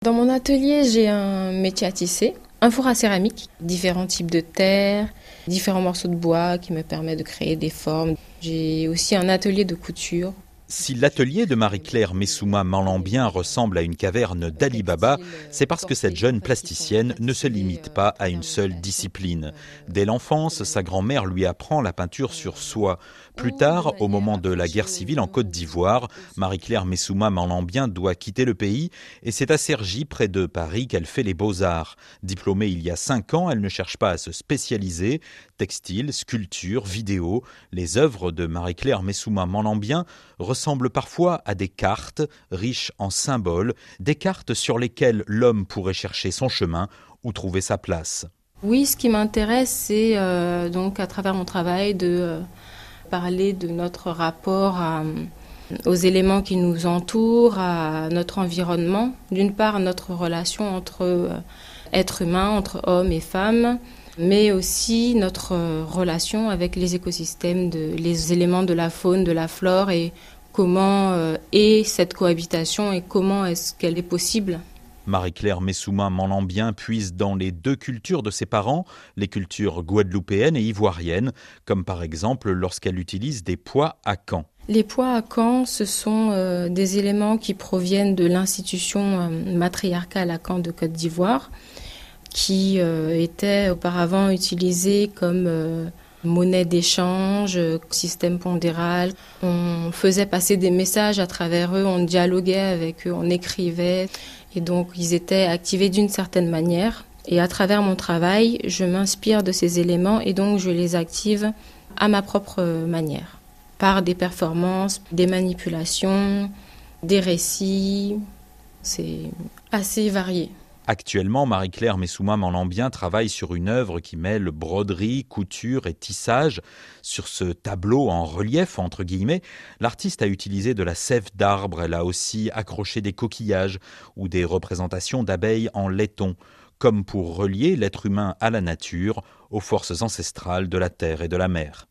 Dans mon atelier, j'ai un métier à tisser, un four à céramique, différents types de terre, différents morceaux de bois qui me permettent de créer des formes. J'ai aussi un atelier de couture. Si l'atelier de Marie-Claire Messouma Manlambien ressemble à une caverne d'Ali Baba, c'est parce que cette jeune plasticienne ne se limite pas à une seule discipline. Dès l'enfance, sa grand-mère lui apprend la peinture sur soie. Plus tard, au moment de la guerre civile en Côte d'Ivoire, Marie-Claire Messouma Manlambien doit quitter le pays et c'est à Cergy, près de Paris, qu'elle fait les beaux-arts. Diplômée il y a 5 ans, elle ne cherche pas à se spécialiser. Textile, sculpture, vidéo, les œuvres de Marie-Claire Messouma Manlambien ressemblent parfois à des cartes riches en symboles, des cartes sur lesquelles l'homme pourrait chercher son chemin ou trouver sa place. Oui, ce qui m'intéresse, c'est donc à travers mon travail de parler de notre rapport aux éléments qui nous entourent, à notre environnement. D'une part, notre relation entre êtres humains, entre hommes et femmes, mais aussi notre relation avec les écosystèmes, les éléments de la faune, de la flore et comment est cette cohabitation et comment est-ce qu'elle est possible. Marie-Claire Messouma Manlambien puise dans les 2 cultures de ses parents, les cultures guadeloupéennes et ivoiriennes, comme par exemple lorsqu'elle utilise des pois à Caen. Les pois à Caen, ce sont des éléments qui proviennent de l'institution matriarcale à Caen de Côte d'Ivoire, qui était auparavant utilisée comme monnaie d'échange, système pondéral. On faisait passer des messages à travers eux, on dialoguait avec eux, on écrivait. Et donc, ils étaient activés d'une certaine manière. Et à travers mon travail, je m'inspire de ces éléments et donc je les active à ma propre manière. Par des performances, des manipulations, des récits. C'est assez varié. Actuellement, Marie-Claire Messouma Manlambien travaille sur une œuvre qui mêle broderie, couture et tissage. Sur ce tableau en relief, entre guillemets, l'artiste a utilisé de la sève d'arbre. Elle a aussi accroché des coquillages ou des représentations d'abeilles en laiton, comme pour relier l'être humain à la nature, aux forces ancestrales de la terre et de la mer.